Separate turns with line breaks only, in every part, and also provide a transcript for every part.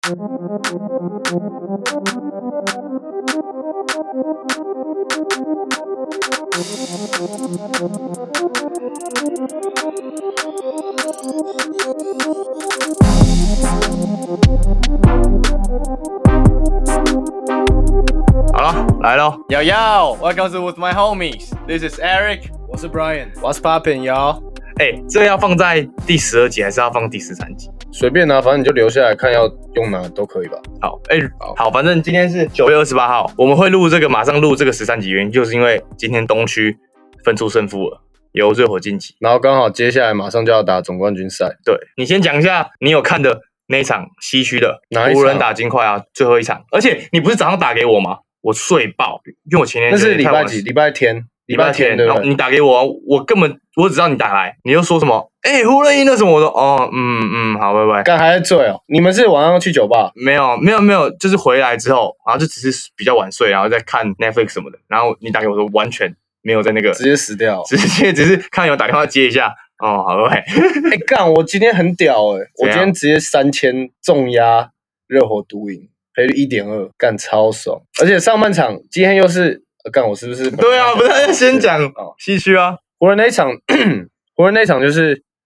好了，来咯 Yo yo, welcome to with my homies. This is Eric.
我是 Brian。What's poppin' y'all？
这个要放在第12集还是要放第13集？
随便拿，反正你就留下来看要用哪都可以吧。
好，反正今天是9月28号，我们会录这个，马上录这个13集，原因就是因为今天东区分出胜负了，由热火晋级，
然后刚好接下来马上就要打总冠军赛。
对，你先讲一下你有看的那一场西区的
哪一场？
湖人打金块啊，最后一场。而且你不是早上打给我吗？我睡爆，因为我前天
那是礼拜几？礼拜天，对不对？
然后你打给我，我只知道你打来，你又说什么？湖人赢了什么？我说好，拜拜。
刚还在醉哦？你们是晚上去酒吧？
没有，就是回来之后，然后就只是比较晚睡，然后再看 Netflix 什么的。然后你打给我说完全没有在那个，
直接死掉，
只是看有打电话接一下。哦，好，拜拜。
干，我今天很屌我今天直接3000重压热火独赢，赔率 1.2， 干超爽。而且上半场今天又是干，我是不是？
对啊，不是先讲西区啊，
湖人那一场，湖人那一场就是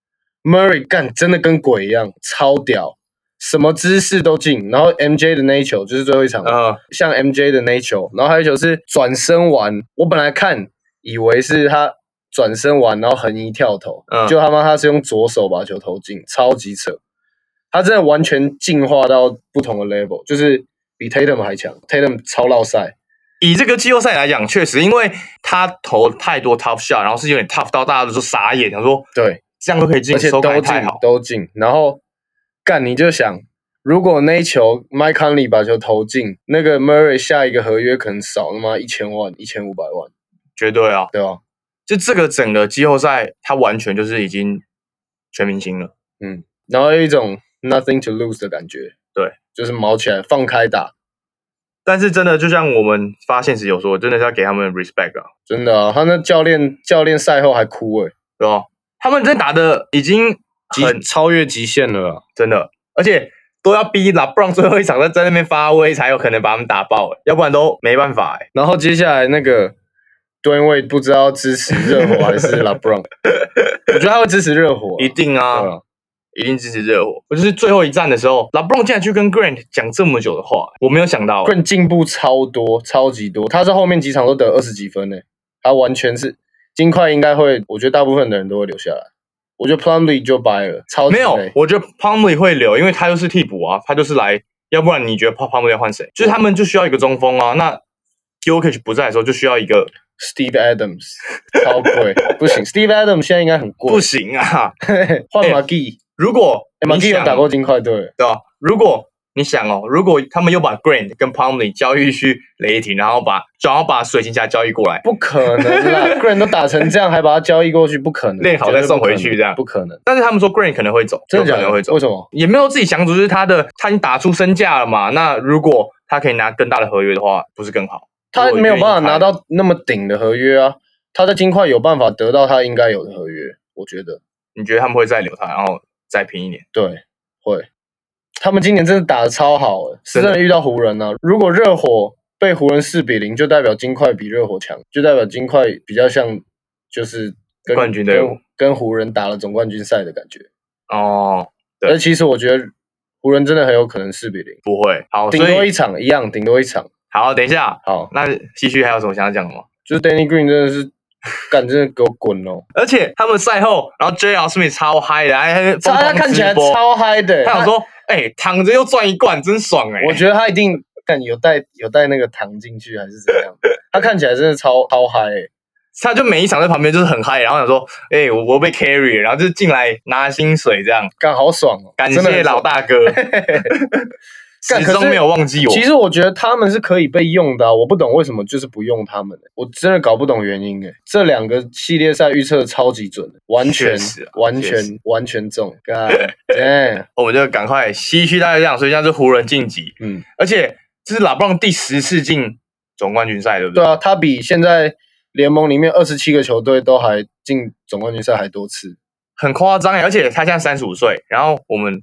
Murray 干，真的跟鬼一样，超屌，什么姿势都进。然后 MJ 的那一球就是最后一场，像 MJ 的那一球，然后还有一球是转身完，我本来看以为是他转身完，然后横移跳投，就他是用左手把球投进，超级扯。他真的完全进化到不同的 level， 就是比 Tatum 还强 ，Tatum 超落赛。
以这个季后赛来讲，确实，因为他投太多 tough shot， 然后是有点 tough 到大家都说傻眼，想说
对，
这样都可以进，
而且都进。然后干，你就想，如果那一球 Mike Conley 把球投进，那个 Murray 下一个合约可能少他妈1000万、1500万，
绝对啊，
对吧？
就这个整个季后赛，他完全就是已经全明星了，
然后有一种 nothing to lose 的感觉，
对，
就是毛起来放开打。
但是真的，就像我们发现时有说，真的是要给他们 respect 啊！
真的啊，他那教练赛后还哭
对吧？他们真打的已经很
超越极限了啦，
真的，而且都要逼LeBron最后一场在那边发威，才有可能把他们打爆，要不然都没办法。
然后接下来那个Dwayne Wade不知道支持热火还是 LeBron， 我觉得他会支持热火，
一定啊。一定支持热火。我就是最后一战的时候 ，LeBron 竟然去跟 Grant 讲这么久的话，我没有想到。
Grant 进步超多，超级多。他在后面几场都得20几分他完全是金块应该会，我觉得大部分的人都会留下来。我觉得 Plumlee 就掰了，超级
没有，我觉得 Plumlee 会留，因为他就是替补啊，他就是来，要不然你觉得 Plumlee 要换谁？就是他们就需要一个中锋啊。那 Jokic 不在的时候，就需要一个
Steve Adams， 超贵，不行 ，Steve Adams 现在应该很贵，
不行啊，
换 McGee。
如果
McGee 有打过金块队，
对吧？如果你想如果他们又把 Grant 跟 Plumlee 交易去雷霆，然后把水行侠交易过来，
不可能啦！Grant 都打成这样，还把他交易过去，不可能。
练好再送回去，这样
不可能。
但是他们说 Grant 可能会走，
真的假的？
可能会走？
为什么？
也没有自己想组，就是他已经打出身价了嘛。那如果他可以拿更大的合约的话，不是更好？
他没有办法拿到那么顶的合约啊。他在金块有办法得到他应该有的合约，我觉得。
你觉得他们会再留他，然后再拼一年？
对，会。他们今年真的打得超好是真的遇到湖人啊。如果热火被湖人4-0，就代表金块比热火强，就代表金块比较像就是
冠军队伍
跟湖人打了总冠军赛的感觉。
对。
而其实我觉得湖人真的很有可能4-0，
不会。好，
顶多一场一样，顶多一场。
好，等一下。
好，
那西区还有什么想要讲的吗？
就是 Danny Green 真的是。干，真的给我滚哦！
而且他们赛后，然后 J.R. Smith 超嗨的，
他看起来超嗨的。
他想说，躺着又赚一罐，真爽
我觉得他一定干有带那个糖进去还是怎样？他看起来真的超嗨
他就每一场在旁边就是很嗨，然后想说，我被 carry， 然后就进来拿薪水这样，
干好爽哦！
感谢老大哥。始终没有忘记我。
其实我觉得他们是可以被用的我不懂为什么就是不用他们我真的搞不懂原因这2个系列赛预测超级准完全中。
我们就赶快西区大概这样，所以现在是湖人晋级。而且这是LeBron第10次进总冠军赛，对不对？
对啊，他比现在联盟里面27个球队都还进总冠军赛还多次，
很夸张而且他现在35岁，然后我们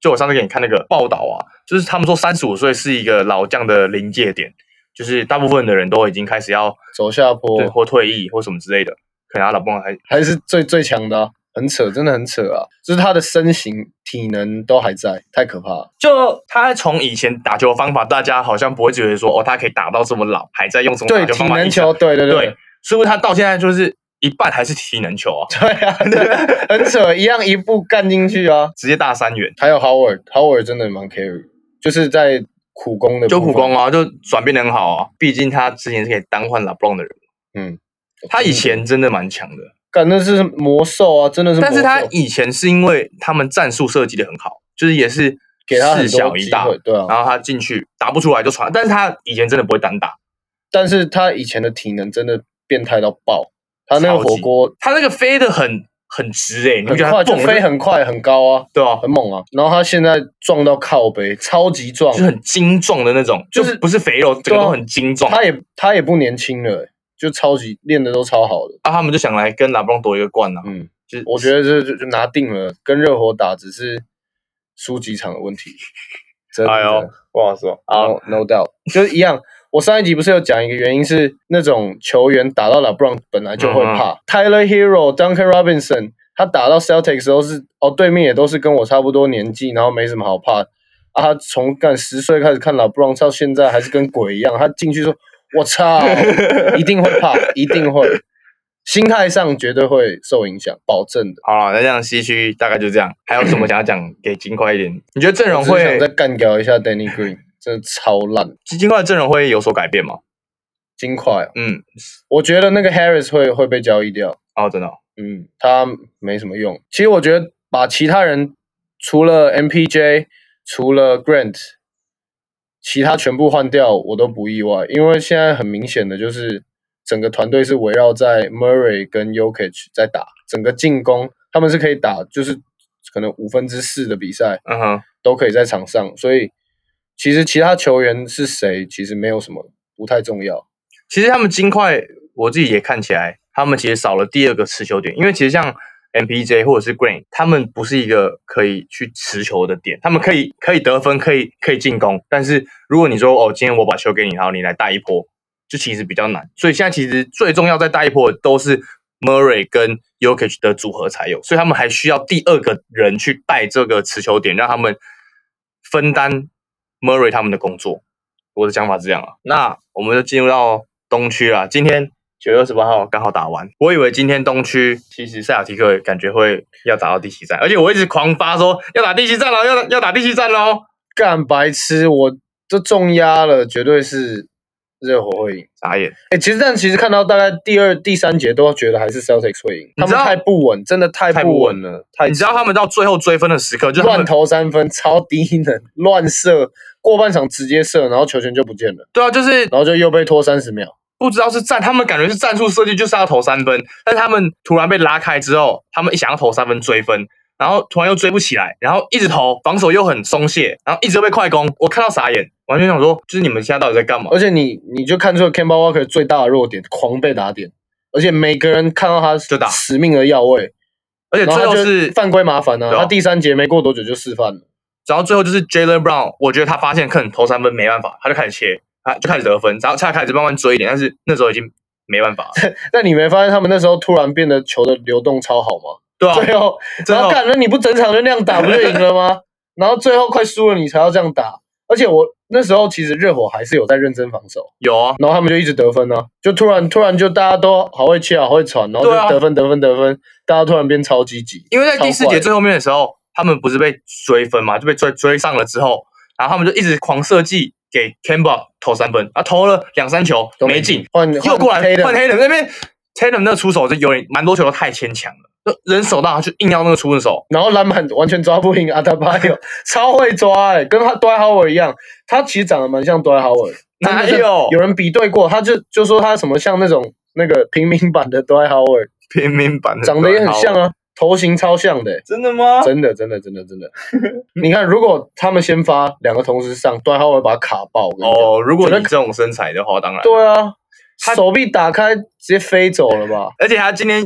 就我上次给你看那个报道啊，就是他们说35岁是一个老将的临界点，就是大部分的人都已经开始要
走下坡，
对，或退役或什么之类的，可能他老婆
还是最强的、啊，很扯，真的很扯啊！就是他的身形、体能都还在，太可怕了。
就他从以前打球的方法，大家好像不会觉得说他可以打到这么老，还在用这种打球方法。
对，体能球，对，
是不是他到现在就是一半还是体能球啊？
对啊，很扯，一样一步干进去啊，
直接大3元。
还有 Howard 真的蛮 carry， 就是在苦攻的，
就苦攻啊，就转变得很好啊。毕竟他之前是可以单换 LeBron 的人，他以前真的蛮强的。
干，那是魔兽啊，真的是魔兽。
但是他以前是因为他们战术设计的很好，就是也是
给他
4小1大，
对啊，
然后他进去打不出来就传，但是他以前真的不会单打，
但是他以前的体能真的变态到爆，他那个火锅，
他那个飞得很直你不觉得他
就飞很快很高啊，
对啊，
很猛啊。然后他现在撞到靠背，超级壮，
就很精壮的那种，就是不是肥肉，整个都很精壮。
他也不年轻了。就超级练的都超好的
他们就想来跟LeBron夺一个冠啊。
就是我觉得这就拿定了，跟热火打只是输几场的问题。真的，
哎呦，不好说
啊 ，no doubt， 就是一样。我上一集不是有讲一个原因是那种球员打到LeBron本来就会怕。Tyler Hero、Duncan Robinson， 他打到 Celtics 时候是对面也都是跟我差不多年纪，然后没什么好怕啊。他从10岁开始看LeBron，到现在还是跟鬼一样。他进去说。我操，一定会怕，一定会，心态上绝对会受影响，保证的。
好了，那这样西区大概就这样。还有什么想要讲？给金块一点。你觉得阵容会？
想再干掉一下 Danny Green， 真的超烂。
金块的阵容会有所改变吗？
金块，我觉得那个 Harris 会被交易掉。
哦，真的。
他没什么用。其实我觉得把其他人除了 MPJ， 除了 Grant。其他全部换掉，我都不意外，因为现在很明显的就是整个团队是围绕在 Murray 跟 Jokic 在打，整个进攻他们是可以打，就是可能4/5的比赛，都可以在场上，所以其实其他球员是谁，其实没有什么，不太重要。
其实他们金块，我自己也看起来，他们其实少了第2个持球点，因为其实像。MPJ 或者是 Green， 他们不是一个可以去持球的点，他们可以得分，可以进攻，但是如果你说今天我把球给你，然后你来带一波，就其实比较难。所以现在其实最重要在带一波都是 Murray 跟 Jokic 的组合才有，所以他们还需要第2个人去带这个持球点，让他们分担 Murray 他们的工作。我的想法是这样啊。那我们就进入到东区啦，今天。9月28号刚好打完，我以为今天东区其实塞尔提克感觉会要打到第7战，而且我一直狂发说要打第7战了，要打第7战喽！
干白痴，我都重压了，绝对是热火会赢，
傻眼。
其实看到大概第2、第3节都觉得还是 Celtics 会赢，他们太不稳，真的太不稳了。
你知道他们到最后追分的时刻，就
乱投3分，超低能，乱射，过半场直接射，然后球权就不见了。
对啊，然
后就又被拖30秒。
不知道是他们感觉是战术设计就是要投3分，但是他们突然被拉开之后，他们一想要投3分追分，然后突然又追不起来，然后一直投，防守又很松懈，然后一直被快攻，我看到傻眼，完全想说，就是你们现在到底在干嘛？
而且你就看出了 Kemba Walker 最大的弱点，狂被打点，而且每个人看到他就打死命的要位，
而且最后是
犯规麻烦啊，他第3节没过多久就示范了，
然后最后就是 Jaylen Brown， 我觉得他发现可能投3分没办法，他就开始切。他就开始得分，然后才开始慢慢追一点，但是那时候已经没办法了。
但你没发现他们那时候突然变得球的流动超好吗？
对啊，
最后然后干，那你不整场就那样打，不就赢了吗？然后最后快输了，你才要这样打。而且我那时候其实热火还是有在认真防守，
有啊，
然后他们就一直得分啊，就突然就大家都好会切，好会传，然后就得分，大家突然变超积极。
因为在第4节最后面的时候，他们不是被追分嘛，就被追上了之后，然后他们就一直狂射击。给 Kemba 投3分，投了2-3球没进，又过来换黑人那边 ，Tatum 那个出手就有点蛮多球都太牵强了，人手到就硬要那个出手，
然后篮板完全抓不赢阿德巴约，超会抓跟他 Dwight Howard 一样，他其实长得蛮像 Dwight Howard，
哪有
人比对过，他就说他什么像那种那个平民版的 Dwight Howard，
平民版的
长得也很像啊。头型超像的，
真的吗？
真的。你看，如果他们先发2个同时上，对，他会把他卡爆。
如果你这种身材的话，当然。
对啊，他手臂打开直接飞走了吧？
而且他今天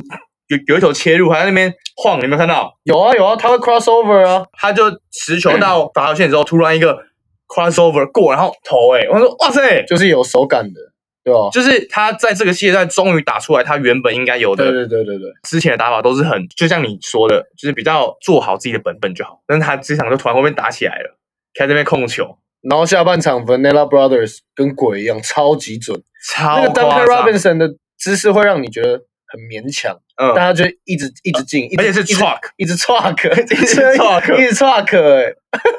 有一球切入，还在那边晃，你有没有看到？
有啊，他会 crossover 啊，
他就持球到罚球线之后，突然一个 crossover 过，然后投，我说哇塞，
就是有手感的，对吧？
就是他在这个系列赛终于打出来他原本应该有的。
对，
之前的打法都是很，就像你说的，就是比较做好自己的本分就好。但是他这场就突然后面打起来了，开始那边控球，
然后下半场 Vanilla Brothers 跟鬼一样，超级准，
超
那个 Duncan Robinson 的姿势会让你觉得很勉强，但他就一直进，
而且是 truck，
一直 truck，
一直 truck，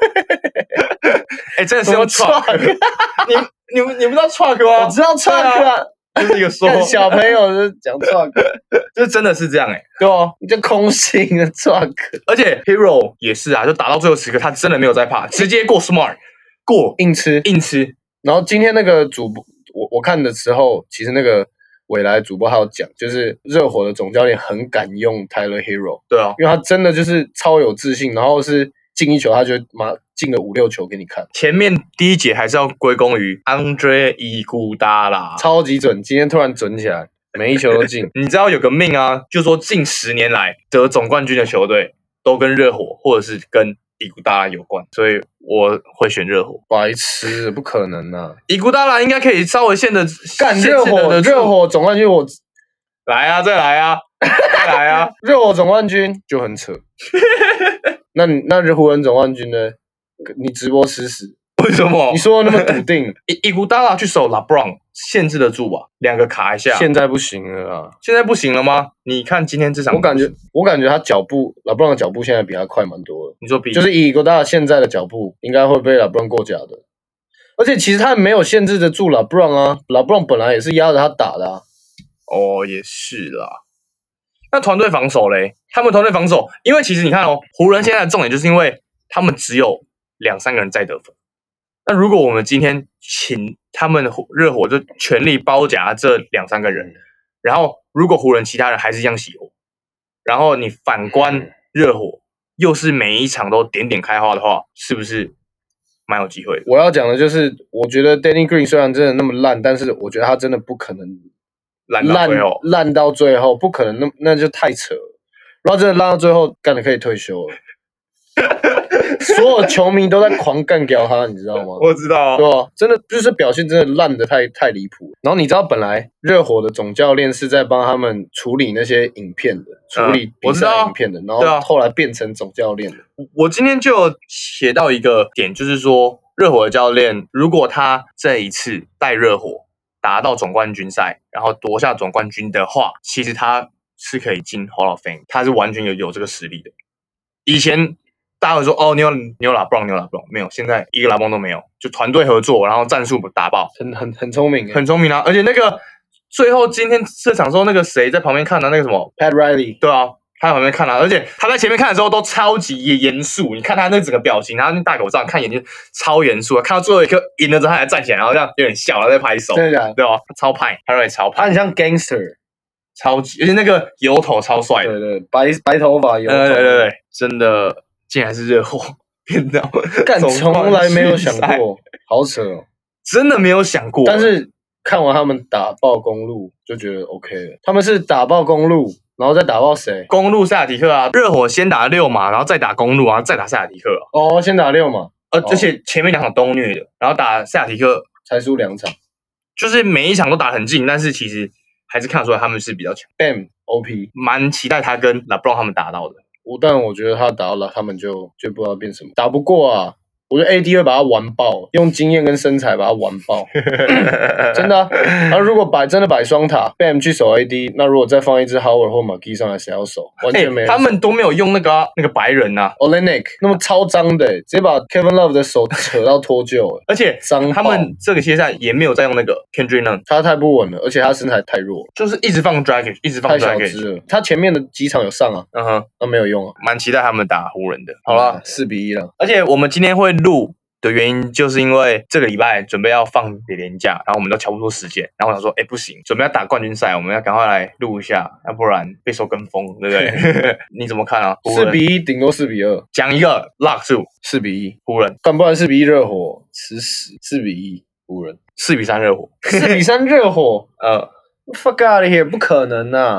真的是用 truck， 你不知道 truck 吗？
我知道 truck 啊，
就是一个说
小朋友就讲 truck，
就真的是这样
对哦，你就空心的 truck，
而且 Hero 也是啊，就打到最后时刻，他真的没有在怕，直接过 smart， 过
硬吃。然后今天那个主播，我看的时候，其实那个未来主播还有讲，就是热火的总教练很敢用 Tyler Hero，
对啊，
因为他真的就是超有自信，然后是进一球，他就进个5-6球给你看。
前面第一节还是要归功于 Andre Iguodala，
超级准，今天突然准起来，每一球都进。
你知道有个命啊，就说近10年来得总冠军的球队都跟热火或者是跟Iguodala有关，所以我会选热火。
白痴，不可能啊
！Iguodala应该可以稍微干
热火总冠军，我
来啊，再来啊，再来啊！
热火总冠军就很扯。那湖人总冠军呢？你直播吃屎？
为什么？
你说的那么笃定
？Iguodala 去守 LeBron 限制得住吧？2个卡一下。
现在不行了啊！
现在不行了吗？你看今天这场，
我感觉他脚步 ，LeBron 的脚步现在比他快蛮多的。
你说比？
就是Iguodala现在的脚步应该会被 LeBron 过假的。而且其实他没有限制得住 LeBron 啊 ，LeBron 本来也是压着他打的啊。
哦，也是啦。那团队防守嘞？他们团队防守，因为其实你看湖人现在的重点就是因为他们只有2-3个人在得分。那如果我们今天请他们热火就全力包夹这2-3个人，然后如果湖人其他人还是一样熄火，然后你反观热火又是每一场都点点开花的话，是不是蛮有机会的？
我要讲的就是，我觉得 Danny Green 虽然真的那么烂，但是我觉得他真的不可能烂到最后，不可能，那就太扯了。然后真的烂到最后，干的可以退休了。所有球迷都在狂干掉他，你知道吗？
我知道啊，
对吧？真的就是表现真的烂的太离谱。然后你知道，本来热火的总教练是在帮他们处理那些影片的，处理比赛影片的，然后后来变成总教练的。
我今天就有写到一个点，就是说热火的教练，如果他这一次带热火达到总冠军赛，然后夺下总冠军的话，其实他是可以进 Hall of Fame， 他是完全有这个实力的。以前大家会说你有 LeBron， 没有，现在一个 LeBron 都没有，就团队合作，然后战术打爆，
很聪明，
很聪明啊！而且那个最后今天这场时候，那个谁在旁边看的，那个什么
Pat Riley，
对啊，他在旁边看而且他在前面看的时候都超级严肃，你看他那整个表情，然后那大口罩看眼睛超严肃，看到最后一刻赢了之后，他才站起来，然后这样有点笑，然后再拍手，
真的假的？
对吧？超派 ，Pat Riley 超派，
他很像 gangster，
超级，而且那个油头超帅的，
对，白头发油头，
对，真的竟然是热火变到，
干从来没有想过，好扯哦，
真的没有想过。
但是看完他们打爆公路就觉得 OK 了，他们是打爆公路，然后再打爆谁？
公路塞尔提克啊，热火先打6嘛，然后再打公路，然后再打塞尔提克。
哦，先打6嘛，
而且前面2场都虐的，然后打塞尔提克
才输2场，
就是每一场都打得很近，但是其实还是看得出来他们是比较强。
Bam OP，
蛮期待他跟 LeBron 他们打到的。
但我觉得他打到了，他们就不知道变什么，打不过啊。我觉得 AD 会把他玩爆，用经验跟身材把他玩爆，真的啊。然后如果真的摆双塔 ，Bam 去守 AD， 那如果再放一只 Howard 或 McGee 上来，谁要守？完全没人守。
他们都没有用那个白人啊
Olynyk 那么超脏的，直接把 Kevin Love 的手扯到脱臼，
而且他们这个系列赛也没有再用那个 Kendrick Nunn，
他太不稳了，而且他身材太弱，
就是一直放 Dragic， 一直放 Dragic，
太小只了。他前面的几场有上啊，那没有用啊。
蛮期待他们打湖人的。好了
，4-1了。
而且我们今天会录的原因，就是因为这个礼拜准备要放连假，然后我们都瞧不出时间，然后我想说，不行，准备要打冠军赛，我们要赶快来录一下，要不然被收跟风，对不对？你怎么看啊
？4-1，顶多4-2。
讲一个 lock 住
4-1，
湖人，
干不然4-1热火，吃屎！4-1湖人
，4-3热火
，4-3热火，fuck out of here，不可能啊！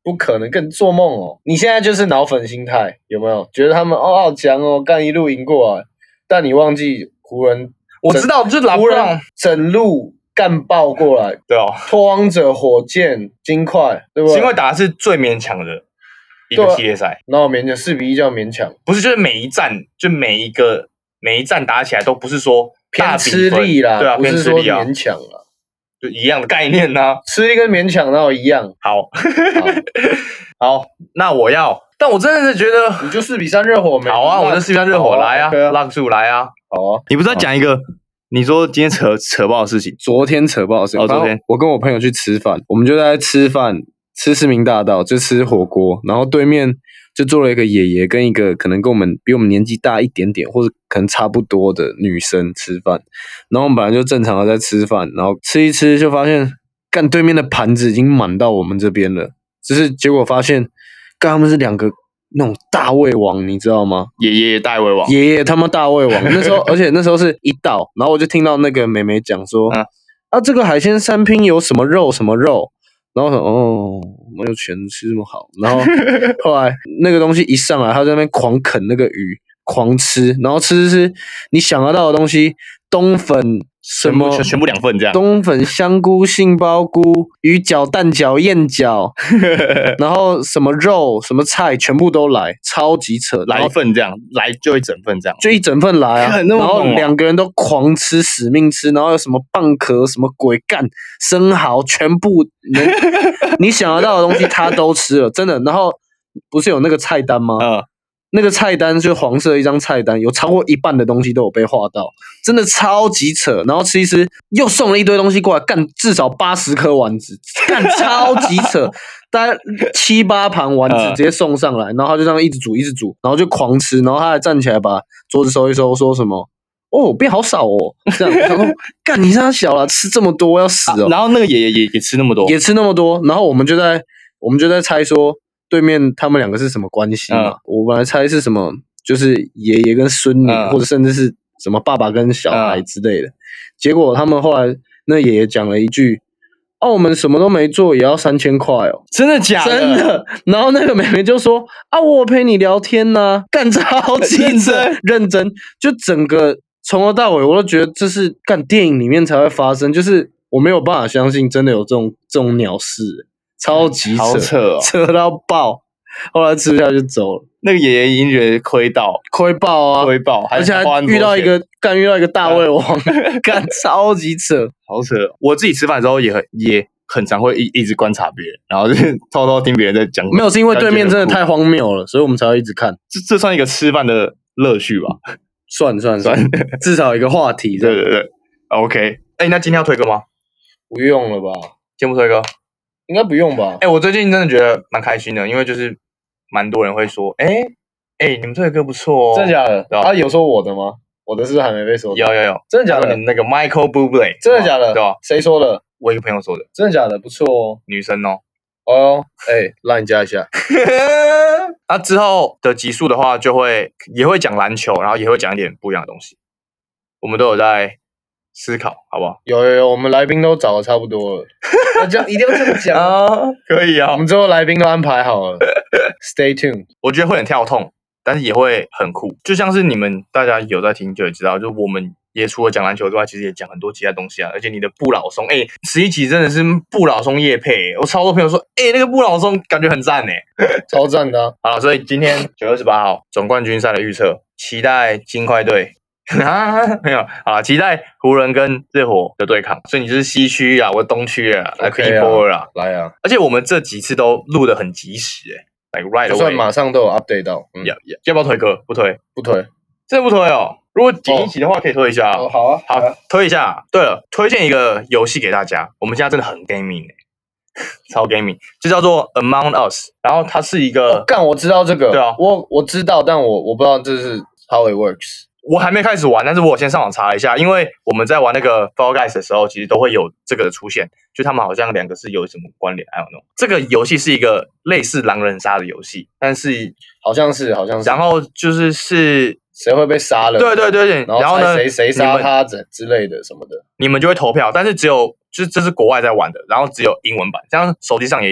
不可能，跟做梦哦！你现在就是脑粉心态，有没有？觉得他们好强哦，干一路赢过来，但你忘记湖人，
我知道，就是
湖人整路干爆过来，
对哦，
拓荒者、火箭、金块，对不对？
金块打的是最勉强的一个系列赛，
然后勉强4-1叫勉强，
不是就是每一战就每一战打起来都不是说
偏吃力啦，
对啊，
不是说勉强啦。
就一样的概念啊，
吃力跟勉强那一样。
好，好，那但我真的是觉得，
你就4-3热火没？
好啊，我就4-3热火来啊，浪数来啊，
好啊。
你不是要讲一个？你说今天扯爆的事情？
昨天扯爆的事情。昨天我跟我朋友去吃饭，我们就在吃饭，吃市民大道，就吃火锅，然后对面就坐了一个爷爷跟一个可能比我们年纪大一点点，或者可能差不多的女生吃饭。然后我们本来就正常的在吃饭，然后吃一吃就发现，干对面的盘子已经满到我们这边了。只是结果发现，干他们是2个那种大胃王，你知道吗？
爷爷大胃王，
爷爷他妈大胃王。那时候，而且那时候是一道，然后我就听到那个妹妹讲说，这个海鲜3拼有什么肉什么肉。然后我说没有钱吃这么好。然后后来那个东西一上来，他在那边狂啃那个鱼，狂吃，然后吃，你想得到的东西，冬粉什么
全部2份这样，
冬粉、香菇、杏鲍菇、鱼饺、蛋饺、燕饺，然后什么肉、什么菜全部都来，超级扯，
来一份这样，来就一整份这样，
就一整份来啊！然后2个人都狂吃，死命吃，然后有什么蚌壳、什么鬼干、生蚝，全部你想得到的东西他都吃了，真的。然后不是有那个菜单吗？那个菜单就是黄色一张菜单，有超过一半的东西都有被划到，真的超级扯。然后吃一吃，又送了一堆东西过来，干至少80颗丸子，干超级扯，大概7-8盘丸子直接送上来，然后他就这样一直煮，然后就狂吃，然后他还站起来把桌子收一收，说什么变好少哦，这样然后干你他小了，吃这么多要死哦。
然后那个爷爷也吃那么多，
也吃那么多，然后我们就在猜说。对面他们2个是什么关系嘛？我本来猜是什么，就是爷爷跟孙女，或者甚至是什么爸爸跟小孩之类的。结果他们后来那爷爷讲了一句：“我们什么都没做，也要3000块哦。”
真的假的？
真的。然后那个妹妹就说：“我陪你聊天呢。”干超级认真，就整个从头到尾我都觉得这是干电影里面才会发生，就是我没有办法相信真的有这种鸟事。超级扯，扯到爆，后来吃下就走了。
那个爷爷已经觉得亏爆啊，
而且还遇到一个大胃王，干超级扯，
好扯。我自己吃饭的时候也很常会一直观察别人，然后就是偷偷听别人在讲。
没有，是因为对面真的太荒谬了，所以我们才会一直看。
这算一个吃饭的乐趣吧？
算，至少有一个话题。
对 ，OK。那今天要推歌吗？
不用了吧？
今天不推歌。
应该不用吧？
我最近真的觉得蛮开心的，因为就是蛮多人会说，你们推的歌不错哦，
真的假的？有说我的吗？我的是不是还没被说？
有，
真的假的？
那个 Michael Bublé，
真的假的？
对吧？
谁说的？
我一个朋友说的。
真的假的？不错哦，
女生哦。
让你加一下。
那之后的集数的话，也会讲篮球，然后也会讲一点不一样的东西。我们都有在思考，好不好？
有，我们来宾都找的差不多了。一定要这么讲
啊！可以啊，
我们之后来宾都安排好了。Stay tuned。
我觉得会很跳痛，但是也会很酷。就像是你们大家有在听就也知道，就我们也除了讲篮球之外，其实也讲很多其他东西啊。而且你的不老松，11集真的是不老松业配，我超多朋友说，那个不老松感觉很赞
超赞的啊。
好了，所以今天9月18号总冠军赛的预测，期待金块队。没有啊，期待湖人跟热火的对抗，所以你就是西区啊，我东区啊，来 P 波啊，
来啊！
而且我们这几次都录得很及时like right away，
就算马上都有 update 到。
要不要推歌？不推，真的不推哦。如果剪一集的话，可以推一下。
好啊，
好，推一下。对了，推荐一个游戏给大家，我们现在真的很 gaming 超 gaming， 就叫做 Among Us， 然后它是一个
我知道这个，
对啊，
我知道，但我不知道这是 how it works。
我还没开始玩，但是我先上网查了一下，因为我们在玩那个 Fall Guys 的时候，其实都会有这个的出现，就他们好像2个是有什么关联 I don't know。这个游戏是一个类似狼人杀的游戏，但是
好像是，然
后就是
谁会被杀了？
对，然后呢，
谁杀他之类的什么的，
你们就会投票，但是这是国外在玩的，然后只有英文版，像手机上也有，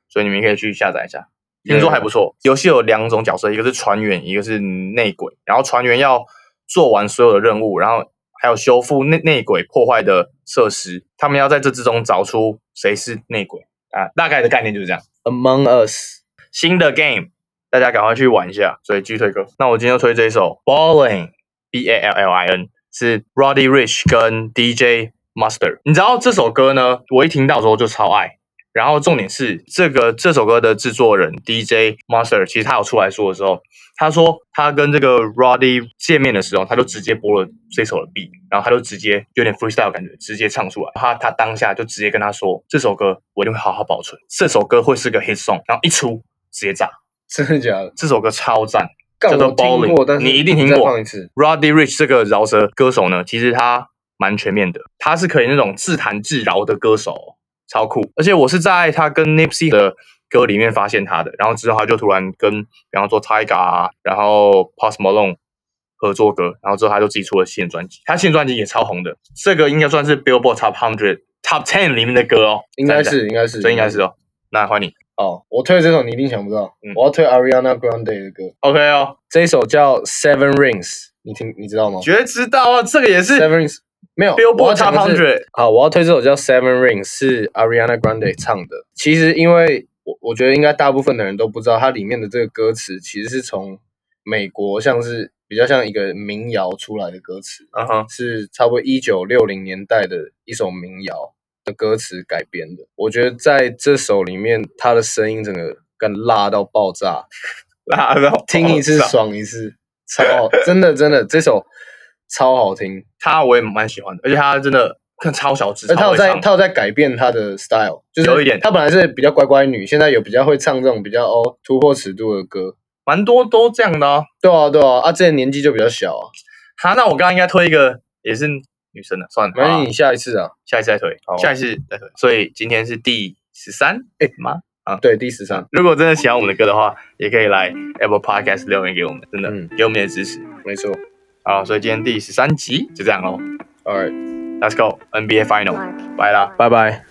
所以你们可以去下载一下，听说还不错。游戏有2种角色，一个是船员，一个是内鬼。然后船员要做完所有的任务，然后还有修复内鬼破坏的设施，他们要在这之中找出谁是内鬼啊。大概的概念就是这样。
Among Us
新的 game， 大家赶快去玩一下。所以继续推歌。那我今天就推这一首 Ballin B-A-L-L-I-N， 是 Roddy Ricch 跟 DJ Mustard。你知道这首歌呢？我一听到的时候就超爱。然后重点是这首歌的制作人 DJ Mustard， 其实他有出来说的时候，他说他跟这个 Roddy 见面的时候，他就直接播了这首的 beat， 然后他就直接有点 freestyle 感觉，直接唱出来。他当下就直接跟他说，这首歌我一定会好好保存，这首歌会是个 hit song， 然后一出直接炸。
真的假的？
这首歌超赞，
叫做 Ballin，
你一定听过。
再放一次。
Roddy Ricch 这个饶舌歌手呢，其实他蛮全面的，他是可以那种自弹自饶的歌手。超酷，而且我是在他跟 Nipsey 的歌里面发现他的，然后之后他就突然跟比方说 Tyga 啊，然后 Post Malone 合作歌，然后之后他就自己出了新的专辑，他新的专辑也超红的，这个应该算是 Billboard Top 100、Top 10里面的歌哦，
应该是，
这应该是哦。那换你
哦，我推的这首你一定想不到，我要推 Ariana Grande 的歌
，OK 哦，
这一首叫 Seven Rings， 你知道吗？
绝知道啊，这个也是
Seven Rings。没有
Billboard Top 100。
好，我要推这首叫 Seven Rings， 是 Ariana Grande 唱的。其实因为我觉得应该大部分的人都不知道，它里面的这个歌词其实是从美国是比较像一个民谣出来的歌词，是差不多1960年代的一首民谣的歌词改编的。我觉得在这首里面，它的声音整个跟辣到爆炸，
辣到爆炸，
听一次爽一次，超好，真的这首。超好听，
我也蛮喜欢的，而且他真的看超小只，
他有在改变他的 style， 就是
有一点，
他本来是比较乖乖女，现在有比较会唱这种比较突破尺度的歌，
蛮多都这样的啊。
对啊，之前年纪就比较小啊。
那我刚刚应该推一个也是女生的，算了，
没关系，你下一次啊，
下一次再推，下一次再推。所以今天是第13吗？
对，第13。
如果真的喜欢我们的歌的话，也可以来 Apple Podcast 留言给我们，真的，给我们的支持，
没错。
好，所以今天第13集就这样咯。
Alright，
Let's go NBA Final， 拜啦，
拜拜。